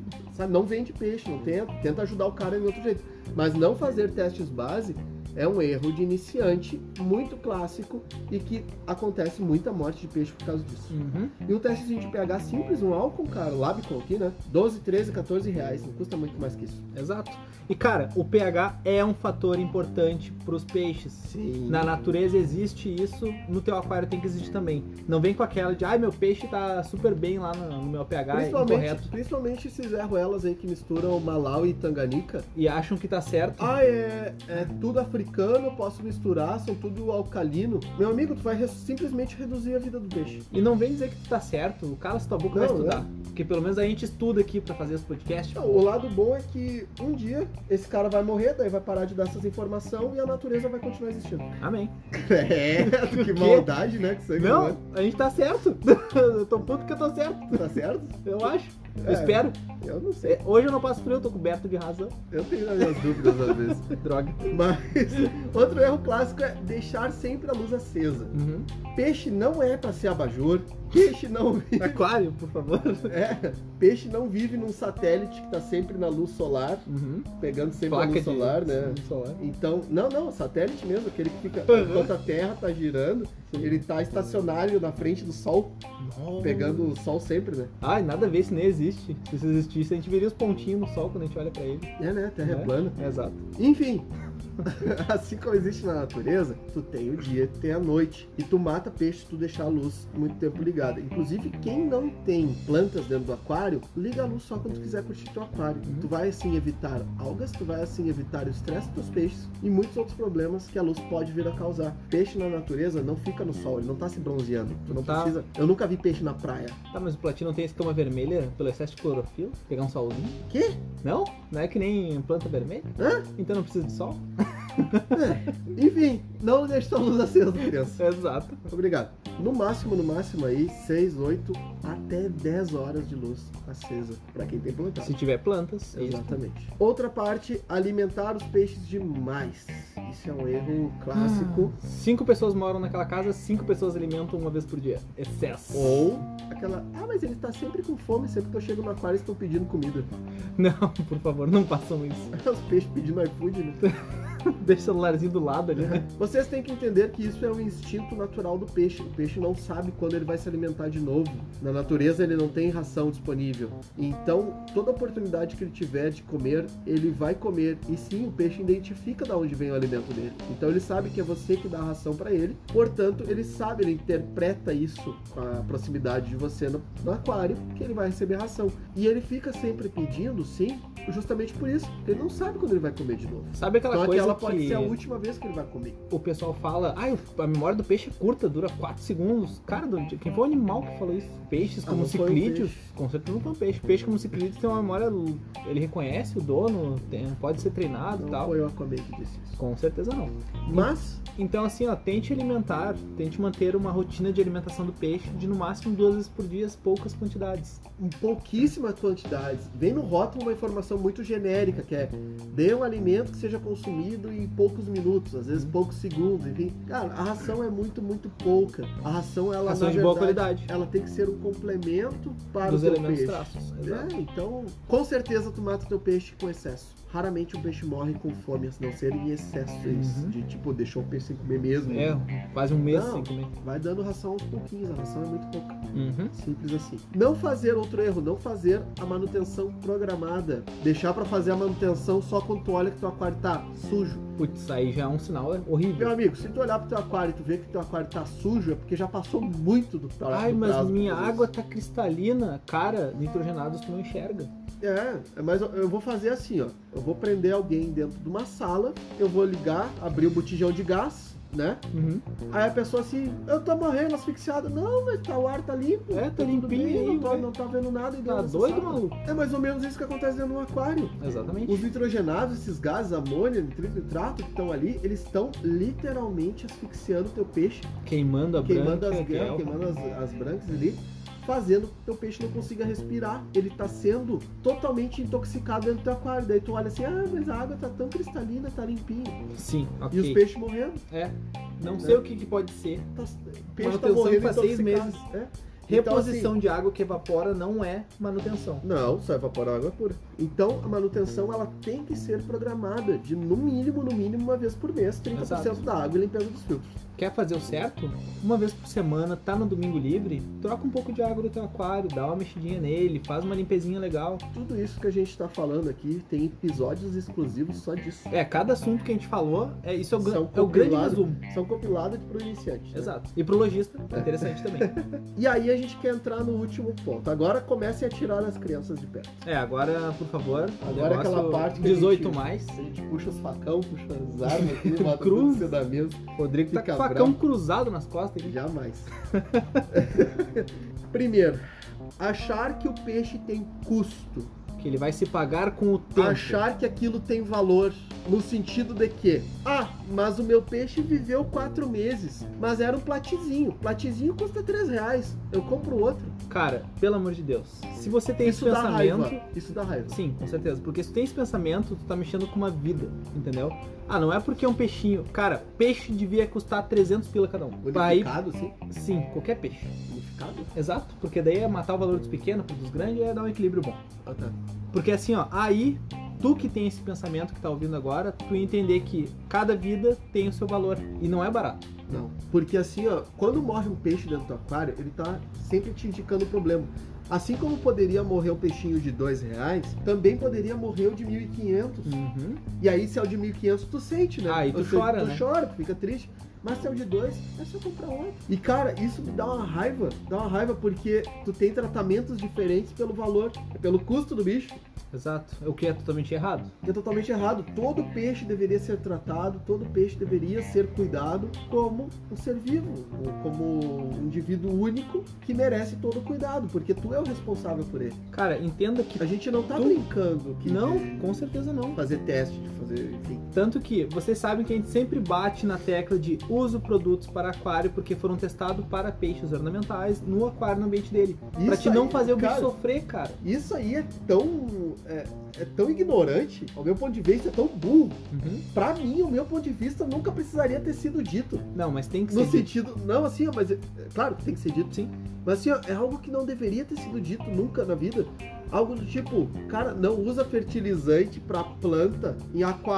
não vende peixe, não tenta ajudar o cara de outro jeito. Mas não fazer testes base é um erro de iniciante muito clássico e que acontece muita morte de peixe por causa disso. E um testezinho de pH simples, um álcool, cara, Labicon aqui, né? 12, 13, 14 reais, não custa muito mais que isso. Exato. E cara, o pH é um fator importante pros peixes. Sim. Na natureza existe isso, no teu aquário tem que existir também. Não vem com aquela de, meu peixe tá super bem lá no meu pH, é incorreto. Principalmente esses erruelas aí que misturam Malau e Tanganica. E acham que tá certo. É tudo africano, posso misturar, são tudo alcalino. Meu amigo, tu vai simplesmente reduzir a vida do peixe. E não vem dizer que tu tá certo, cala tua boca, vai estudar. Porque pelo menos a gente estuda aqui pra fazer esse podcast. O lado bom é que um dia esse cara vai morrer, daí vai parar de dar essas informações e a natureza vai continuar existindo. Amém. Que maldade, né? Que não, a gente tá certo. Eu tô puto que eu tô certo. Tá certo? Eu acho. Eu espero. Eu não sei. Hoje eu não passo frio, eu tô coberto de razão. Eu tenho as minhas dúvidas às vezes. Droga. Mas outro erro clássico é deixar sempre a luz acesa. Peixe não é pra ser abajur. Peixe não vive... Aquário, por favor. Peixe não vive num satélite que tá sempre na luz solar, pegando sempre a luz solar, né? Solar. Então, não, satélite mesmo, aquele que fica enquanto a Terra tá girando, ele tá estacionário na frente do Sol, pegando o Sol sempre, né? Nada a ver, isso nem existe. Se isso existisse, a gente veria os pontinhos no Sol quando a gente olha pra ele. Né? A Terra é plana. Exato. Enfim, assim como existe na natureza, tu tem o dia, tu tem a noite. E tu mata peixe se tu deixar a luz muito tempo ligada. Inclusive, quem não tem plantas dentro do aquário, liga a luz só quando tu quiser curtir teu aquário. Tu vai assim evitar algas, tu vai assim evitar o estresse dos peixes e muitos outros problemas que a luz pode vir a causar. Peixe na natureza não fica no sol, ele não tá se bronzeando. Tu não precisa. Eu nunca vi peixe na praia. Tá, mas o platino não tem escama vermelha pelo excesso de clorofila? Pegar um solzinho? Quê? Não? Não é que nem planta vermelha? Então não precisa de sol? Enfim, não deixe sua luz acesa, criança. Exato. Obrigado. No máximo aí, 6, 8 até 10 horas de luz acesa pra quem tem plantado. Se tiver plantas. Exatamente. Outra parte, alimentar os peixes demais. Isso é um erro clássico. 5 pessoas moram naquela casa, 5 pessoas alimentam uma vez por dia. Excesso. Ou aquela, mas ele tá sempre com fome, sempre que eu chego no aquário eles estão pedindo comida. Não, por favor, não façam isso. Os peixes pedindo iFood, né? Deixa o celularzinho do lado ali, né? Vocês têm que entender que isso é um instinto natural do peixe. O peixe não sabe quando ele vai se alimentar de novo. Na natureza ele não tem ração disponível. Então, toda oportunidade que ele tiver de comer, ele vai comer. E sim, o peixe identifica de onde vem o alimento dele. Então ele sabe que é você que dá a ração para ele. Portanto, ele sabe, ele interpreta isso com a proximidade de você no aquário, que ele vai receber ração. E ele fica sempre pedindo, sim, justamente por isso. Porque ele não sabe quando ele vai comer de novo. Sabe aquela Então coisa aquela que pode ser a última vez que ele vai comer. o pessoal fala, a memória do peixe é curta, dura 4 segundos. Cara, quem foi o animal que falou isso? Peixes como ciclídeos, com certeza não foi um peixe. Peixe como ciclídeos tem uma memória, ele reconhece o dono, pode ser treinado e tal. Não foi o Aquaman que disse isso. Com certeza não. Mas... Então assim, ó, tente manter uma rotina de alimentação do peixe de no máximo 2 vezes por dia, poucas quantidades. Em pouquíssimas quantidades. Vem no rótulo uma informação muito genérica, que é dê um alimento que seja consumido em poucos minutos, às vezes poucos segundos, enfim. Cara, a ração é muito, muito pouca. A ração, ela, Ração na de verdade, boa qualidade. ela tem que ser um complemento para Dos o teu elementos peixe. traços. Exato. Então, com certeza tu mata o teu peixe com excesso. Raramente um peixe morre com fome, a não ser em excesso, de tipo, deixou o peixe sem comer mesmo. Quase um mês Não, sem comer. vai dando ração aos pouquinhos, a ração é muito pouca. Uhum. Simples assim. Não fazer outro erro, não fazer a manutenção programada. Deixar pra fazer a manutenção só quando tu olha que teu aquário tá sujo. Putz, aí já é um sinal horrível. Meu amigo, se tu olhar pro teu aquário e tu ver que teu aquário tá sujo, é porque já passou muito do prazo. Ai, mas minha pra fazer água isso. tá cristalina. Cara, nitrogenados tu não enxerga. Mas eu vou fazer assim, ó. Eu vou prender alguém dentro de uma sala, eu vou ligar, abrir o botijão de gás, né? Uhum. Aí a pessoa assim, eu tô morrendo asfixiado. Não, mas o ar tá limpo. Tá tudo limpinho bem, aí, não tá vendo nada. E Tá doido, maluco? É mais ou menos isso que acontece dentro de um aquário. Exatamente. Os nitrogenados, esses gases, amônia, nitrito, nitrato que estão ali, eles estão literalmente asfixiando o teu peixe, Queimando a queimando branca, as que é guerras, o- queimando as brancas ali, fazendo com que o teu peixe não consiga respirar. Ele tá sendo totalmente intoxicado dentro do teu aquário. Daí tu olha assim, mas a água tá tão cristalina, tá limpinha. Sim, ok. E os peixes morrendo. Não sei o que pode ser. O peixe tá Manutenção morrendo faz 6 intoxicado. meses. Então, Reposição assim, de água que evapora não é manutenção. não, só evapora água pura. Então, a manutenção, ela tem que ser programada de, no mínimo, uma vez por mês, 30% Exato. da água e limpeza dos filtros. Quer fazer o certo? Uma vez por semana, tá no domingo livre, troca um pouco de água do teu aquário, dá uma mexidinha nele, faz uma limpezinha legal. Tudo isso que a gente tá falando aqui, tem episódios exclusivos só disso. Cada assunto que a gente falou, isso é o, São é o grande compilados- resumo. São compilados pro iniciante. né? Exato. E pro lojista, é interessante também. E aí a gente quer entrar no último ponto. Agora comecem a tirar as crianças de perto. Agora, por favor, Agora é aquela negócio parte que 18 a gente, mais. A gente puxa os facão, puxa as armas aqui, bota Cruz. tudo em cima da mesa. Rodrigo tá Fica com o facão bravo. cruzado nas costas aqui. Jamais. Primeiro, achar que o peixe tem custo. Que ele vai se pagar com o tempo. Achar que aquilo tem valor, no sentido de que, mas o meu peixe viveu 4 meses, mas era um platizinho. Platizinho custa R$3, eu compro outro. Cara, pelo amor de Deus. Se você tem Isso esse dá pensamento... raiva. Isso dá raiva. Sim, com certeza. Porque se tu tem esse pensamento, tu tá mexendo com uma vida, entendeu? Não é porque é um peixinho. Cara, peixe devia custar 300 pila cada um. Bonificado, sim. Sim, qualquer peixe. Bonificado? Exato, porque daí é matar o valor dos pequenos pro dos grandes e é dar um equilíbrio bom. Ah, tá. Porque assim, ó, aí tu que tem esse pensamento que tá ouvindo agora, tu entender que cada vida tem o seu valor e não é barato. Não. Porque assim, ó, quando morre um peixe dentro do aquário, ele tá sempre te indicando o problema. Assim como poderia morrer um peixinho de R$2, também poderia morrer o de 1.500. Uhum. E aí, se é o de 1.500, tu sente, né? E tu chora, né? Tu chora, tu fica triste. Mas se é o de 2, é só comprar outro. E cara, isso me dá uma raiva porque tu tem tratamentos diferentes pelo valor, pelo custo do bicho. Exato, o que é totalmente errado. Que é totalmente errado. Todo peixe deveria ser tratado, todo peixe deveria ser cuidado como um ser vivo, ou como um indivíduo único que merece todo o cuidado, porque tu é o responsável por ele. Cara, entenda que... A gente não tá brincando que Não, de com certeza não. fazer teste, de fazer, enfim. Tanto que vocês sabem que a gente sempre bate na tecla de uso produtos para aquário porque foram testados para peixes ornamentais no aquário, no ambiente dele. Pra Isso te não aí, fazer o bicho cara, sofrer, cara. Isso aí é tão ignorante, ao meu ponto de vista é tão burro. Uhum. Pra mim, o meu ponto de vista nunca precisaria ter sido dito. Não, mas tem que No ser. sentido, não assim, ó, mas claro que tem que ser dito, Sim. mas assim, ó, é algo que não deveria ter sido dito nunca na vida. Algo do tipo, cara, não usa fertilizante pra planta em aquário.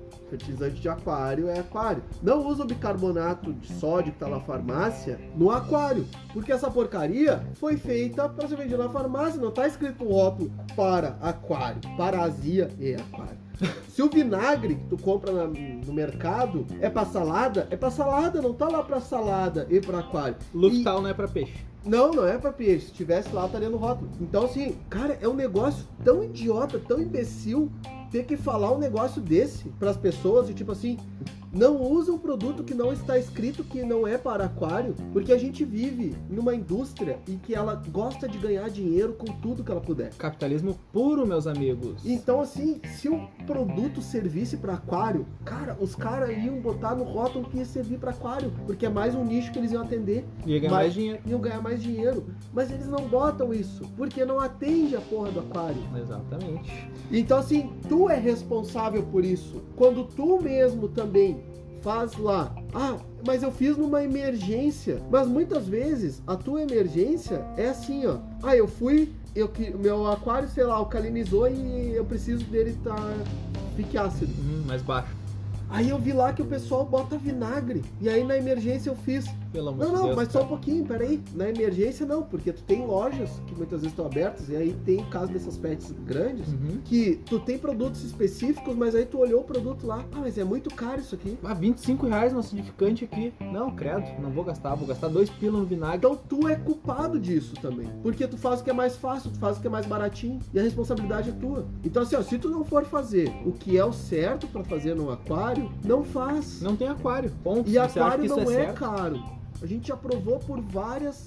Fertilizante de aquário é aquário. Não usa o bicarbonato de sódio que tá na farmácia no aquário, porque essa porcaria foi feita para ser vendida na farmácia, não tá escrito no rótulo para aquário, para azia e aquário. Se o vinagre que tu compra no mercado é pra salada, não tá lá pra salada e pra aquário. Luftal não é pra peixe. Não é pra peixe. Se tivesse lá, estaria no rótulo. Então, assim, cara, é um negócio tão idiota, tão imbecil ter que falar um negócio desse pras pessoas e tipo assim, não usa um produto que não está escrito que não é para aquário, porque a gente vive numa indústria em que ela gosta de ganhar dinheiro com tudo que ela puder. Capitalismo puro, meus amigos. Então, assim, se o produto servisse para aquário, cara, os caras iam botar no rótulo que ia servir para aquário, porque é mais um nicho que eles iam atender. Ia ganhar mais dinheiro. Iam ganhar mais dinheiro. Mas eles não botam isso, porque não atende a porra do aquário. Exatamente. Então, assim, tu é responsável por isso. Quando tu mesmo também faz lá, mas eu fiz numa emergência. Mas muitas vezes a tua emergência é assim, ó. Meu aquário, sei lá, alcalinizou e eu preciso dele fique ácido. Mais baixo. Aí eu vi lá que o pessoal bota vinagre. E aí na emergência eu fiz. Pelo amor de Deus, mas cara. só um pouquinho, peraí. Na emergência não, porque tu tem lojas que muitas vezes estão abertas, e aí tem o caso dessas pets grandes, que tu tem produtos específicos, mas aí tu olhou o produto lá. Mas é muito caro isso aqui. R$25 no acidificante aqui. Não, credo, não vou gastar 2 pila no vinagre. Então tu é culpado disso também. Porque tu faz o que é mais fácil, tu faz o que é mais baratinho, e a responsabilidade é tua. Então assim, ó, se tu não for fazer o que é o certo pra fazer no aquário, não faz. Não tem aquário, ponto. E Você aquário acha que não isso é caro. A gente já provou por várias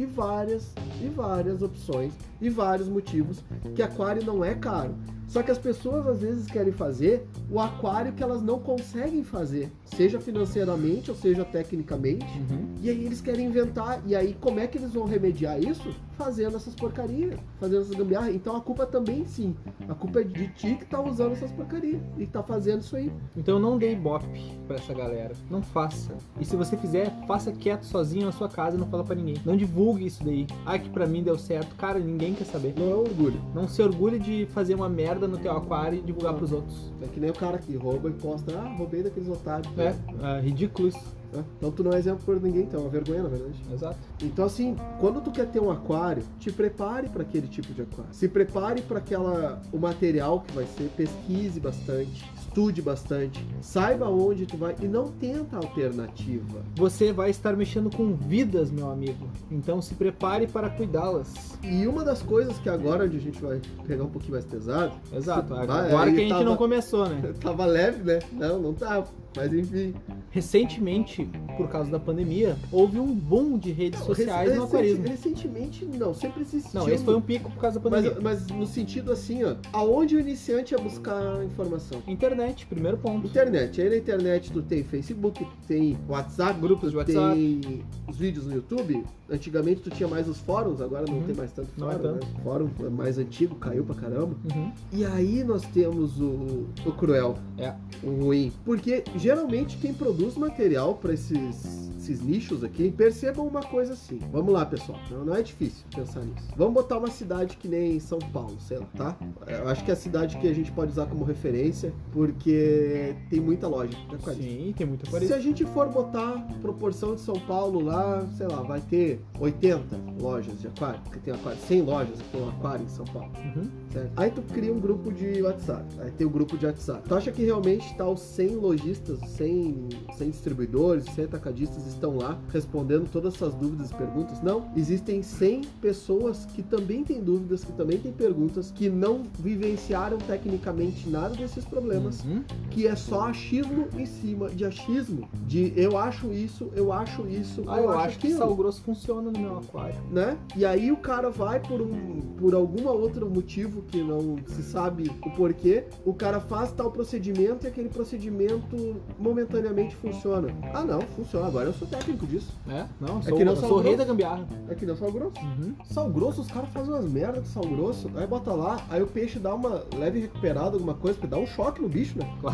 opções e vários motivos que aquário não é caro. Só que as pessoas às vezes querem fazer o aquário que elas não conseguem fazer, seja financeiramente ou seja tecnicamente. E aí eles querem inventar. E aí como é que eles vão remediar isso? Fazendo essas porcarias, fazendo essas gambiarras. Então a culpa também sim. A culpa é de ti que tá usando essas porcarias e que tá fazendo isso aí. Então não dê ibope pra essa galera. Não faça. E se você fizer, faça quieto sozinho na sua casa e não fala pra ninguém. Não divulgue isso daí. Que pra mim deu certo. Cara, ninguém quer saber. Não é orgulho. Não se orgulhe de fazer uma merda no teu aquário e divulgar pros outros. É que nem o cara que rouba e posta, roubei daqueles otários. É ridículo isso. Então tu não é exemplo por ninguém, então é uma vergonha, na verdade. Exato. Então assim, quando tu quer ter um aquário, te prepare para aquele tipo de aquário. Se prepare para o material que vai ser, pesquise bastante, estude bastante, saiba onde tu vai e não tenta alternativa. Você vai estar mexendo com vidas, meu amigo. Então se prepare para cuidá-las. E uma das coisas que agora onde a gente vai pegar um pouquinho mais pesado. Exato. Agora que a gente não começou, né? Tava leve, né? Não tava. Mas enfim. Recentemente, por causa da pandemia, houve um boom de redes sociais no aquarismo. Recentemente não, sempre existiu. Não, esse foi um pico por causa da pandemia. Mas no sentido assim, ó, aonde o iniciante ia buscar informação? Internet, primeiro ponto. Internet. Aí na internet tu tem Facebook, tu tem WhatsApp, grupos de WhatsApp, tem os vídeos no YouTube. Antigamente tu tinha mais os fóruns, agora não tem mais tanto não fórum, é tanto. né? O fórum é mais antigo, caiu pra caramba. E aí nós temos o cruel, o ruim. Porque geralmente quem produz material para esses nichos aqui, percebam uma coisa assim. Vamos lá, pessoal. Não é difícil pensar nisso. Vamos botar uma cidade que nem São Paulo, sei lá, tá? Eu acho que é a cidade que a gente pode usar como referência, porque tem muita loja de aquarismo. Sim, tem muita aquarismo. Se a gente for botar proporção de São Paulo lá, sei lá, vai ter 80 lojas de aquário, porque tem aquário, 100 lojas que tem um aquário em São Paulo. Certo? Aí tu cria um grupo de WhatsApp, aí tem o grupo de WhatsApp. Tu acha que realmente tá os 100 lojistas, 100 distribuidores, 100 atacadistas estão lá respondendo todas essas dúvidas e perguntas? Não, existem 100 pessoas que também têm dúvidas, que também têm perguntas, que não vivenciaram tecnicamente nada desses problemas, que é só achismo em cima de achismo, de eu acho isso, eu acho acho que sal grosso funciona no meu aquário, né? E aí o cara vai por algum outro motivo que não se sabe o porquê, o cara faz tal procedimento e aquele procedimento momentaneamente funciona. Não, funciona, agora eu sou técnico disso. Não, eu sou o rei da gambiarra. É que nem o sal grosso. Sal grosso, os caras fazem umas merdas com sal grosso, aí bota lá, aí o peixe dá uma leve recuperada, alguma coisa, porque dá um choque no bicho, né? Claro.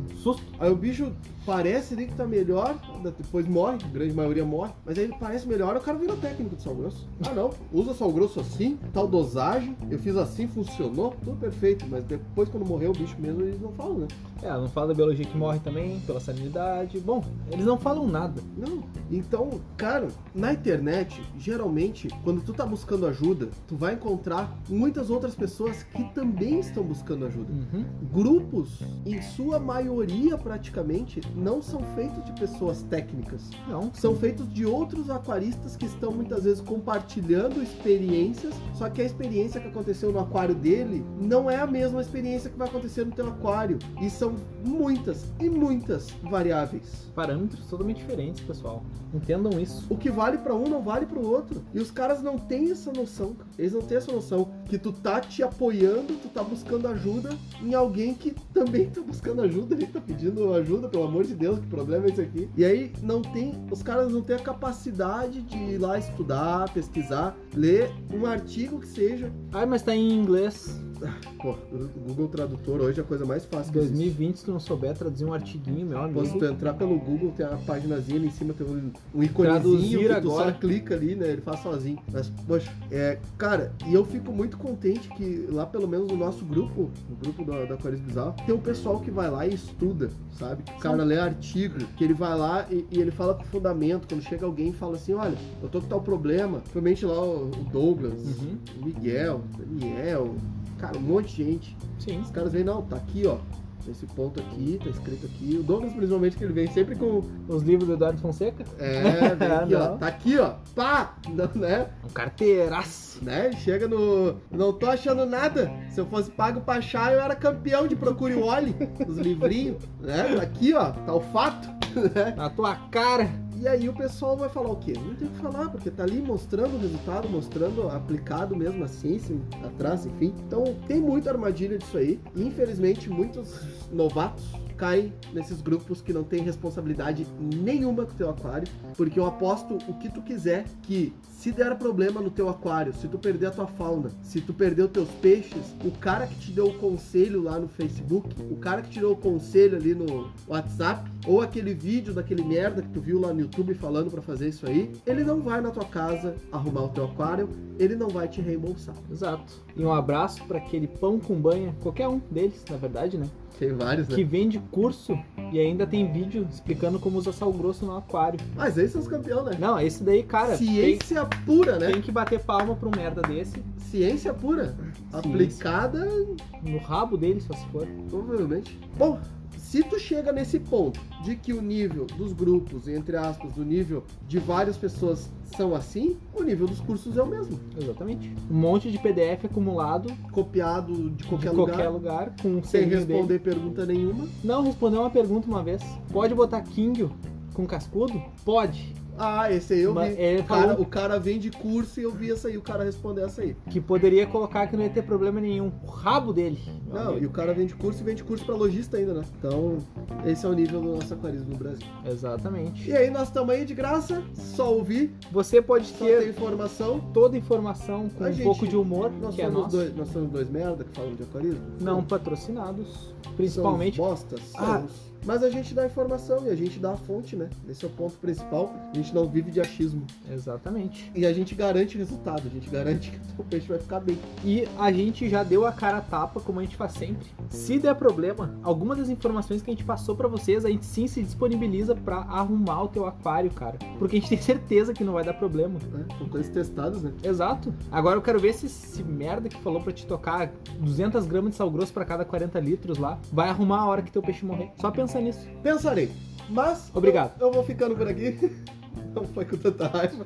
susto. Aí o bicho parece ali que tá melhor, depois morre, a grande maioria morre, mas aí ele parece melhor, o cara vira técnico de sal grosso. Ah não, usa sal grosso assim, tal dosagem, eu fiz assim, funcionou, tudo perfeito, mas depois quando morreu o bicho mesmo, eles não falam, né? Não fala da biologia que morre também, pela salinidade. Bom, eles não falam nada. Não. Então, cara, na internet, geralmente, quando tu tá buscando ajuda, tu vai encontrar muitas outras pessoas que também estão buscando ajuda. Grupos, em sua maioria praticamente, não são feitos de pessoas técnicas. Não. São feitos de outros aquaristas que estão muitas vezes compartilhando experiências, só que a experiência que aconteceu no aquário dele não é a mesma experiência que vai acontecer no teu aquário. E são muitas e muitas variáveis. Parâmetros totalmente diferentes, pessoal. Entendam isso. O que vale pra um não vale pro outro. E os caras não têm essa noção. Eles não têm essa noção que tu tá te apoiando, tu tá buscando ajuda em alguém que também tá buscando ajuda, ele tá pedindo ajuda, pelo amor de Deus, que problema é esse aqui? E aí os caras não têm a capacidade de ir lá estudar, pesquisar, ler um artigo que seja. Mas tá em inglês. Pô, o Google Tradutor hoje é a coisa mais fácil que 2020, se tu não souber traduzir um artiguinho, meu amigo. Se tu entrar pelo Google, tem a paginazinha ali em cima, tem um iconezinho Traduzir que tu agora. só clica ali, né? Ele faz sozinho. Mas, poxa, cara, e eu fico muito contente que lá, pelo menos no nosso grupo, no grupo da Aquarismo Bizarro, tem um pessoal que vai lá e estuda, sabe? O cara lê artigo, que ele vai lá e ele fala com fundamento. Quando chega alguém e fala assim, olha, eu tô com tal problema, provavelmente lá o Douglas, o Miguel, o Daniel, cara, um monte de gente. Sim. Os caras vêm, não, tá aqui, ó. Esse ponto aqui, tá escrito aqui. O Douglas, principalmente, que ele vem sempre com... Os livros do Eduardo Fonseca? Vem aqui, ó. Tá aqui, ó. Pá! Não, né? Um carteiraço. Né? Chega no... Não tô achando nada. Se eu fosse pago pra achar, eu era campeão de Procure o Oli. Os livrinhos, né? Tá aqui, ó. Tá o fato. Né? Na tua cara. E aí o pessoal vai falar o quê? Não tem o que falar, porque tá ali mostrando o resultado, mostrando aplicado mesmo a ciência atrás, enfim. Então tem muita armadilha disso aí. E, infelizmente, muitos novatos caem nesses grupos que não tem responsabilidade nenhuma com o teu aquário, porque eu aposto o que tu quiser que se der problema no teu aquário, se tu perder a tua fauna, se tu perder os teus peixes, o cara que te deu o conselho lá no Facebook, o cara que te deu o conselho ali no WhatsApp, ou aquele vídeo daquele merda que tu viu lá no YouTube falando pra fazer isso aí, ele não vai na tua casa arrumar o teu aquário, ele não vai te reembolsar. Exato. E um abraço pra aquele pão com banha, qualquer um deles, na verdade, né? Tem vários, né? Que vende curso e ainda tem vídeo explicando como usar sal grosso no aquário. Mas aí são os campeões, né? Não, esse daí, cara... Ciência pura, né? Tem que bater palma pra um merda desse. Ciência pura. Aplicada... No rabo dele, só se for. Provavelmente. Bom, se tu chega nesse ponto de que o nível dos grupos, entre aspas, do nível de várias pessoas são assim, o nível dos cursos é o mesmo. Exatamente. Um monte de PDF acumulado. Copiado de qualquer lugar. Com sem responder pergunta nenhuma. Não, respondeu uma pergunta uma vez. Pode botar Kingyo com cascudo? Pode. Ah, esse aí eu vi. Falou o cara vende curso e eu vi essa aí, o cara responder essa aí. Que poderia colocar que não ia ter problema nenhum. O rabo dele. Não, e o cara vende curso pra lojista ainda, né? Então, esse é o nível do nosso aquarismo no Brasil. Exatamente. E aí, nós estamos aí de graça, só ouvir. Você pode ter informação. Toda informação com um pouco de humor, que é nosso. Nós somos dois merda que falam de aquarismo? Não patrocinados, principalmente. Somos bostas? Somos. Mas a gente dá informação e a gente dá a fonte, né? Esse é o ponto principal. A gente não vive de achismo. Exatamente. E a gente garante resultado, a gente garante que o peixe vai ficar bem. E a gente já deu a cara a tapa, como a gente faz sempre. Se der problema, alguma das informações que a gente passou pra vocês, a gente sim se disponibiliza pra arrumar o teu aquário, cara. Porque a gente tem certeza que não vai dar problema. São coisas testadas, né? Exato. Agora eu quero ver se esse merda que falou pra te tocar 200 gramas de sal grosso pra cada 40 litros lá, vai arrumar a hora que teu peixe morrer. Só pensa nisso. Pensarei. Mas... Obrigado. Eu vou ficando por aqui. Não foi com tanta raiva.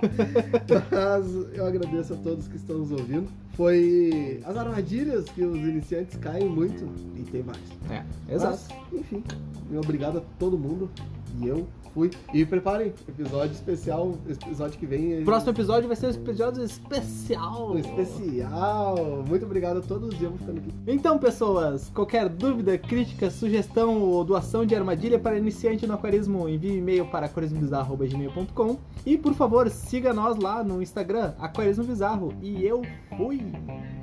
Mas eu agradeço a todos que estão nos ouvindo. Foi as armadilhas que os iniciantes caem muito. E tem mais. Exato. Mas, enfim, obrigado a todo mundo. E eu fui. E preparem, episódio especial, episódio que vem. Próximo episódio vai ser um episódio especial. Especial. Muito obrigado a todos e eu vou ficando aqui. Então, pessoas, qualquer dúvida, crítica, sugestão ou doação de armadilha para iniciante no aquarismo, envie e-mail para aquarismobizarro@gmail.com e, por favor, siga nós lá no Instagram, Aquarismo Bizarro. E eu fui!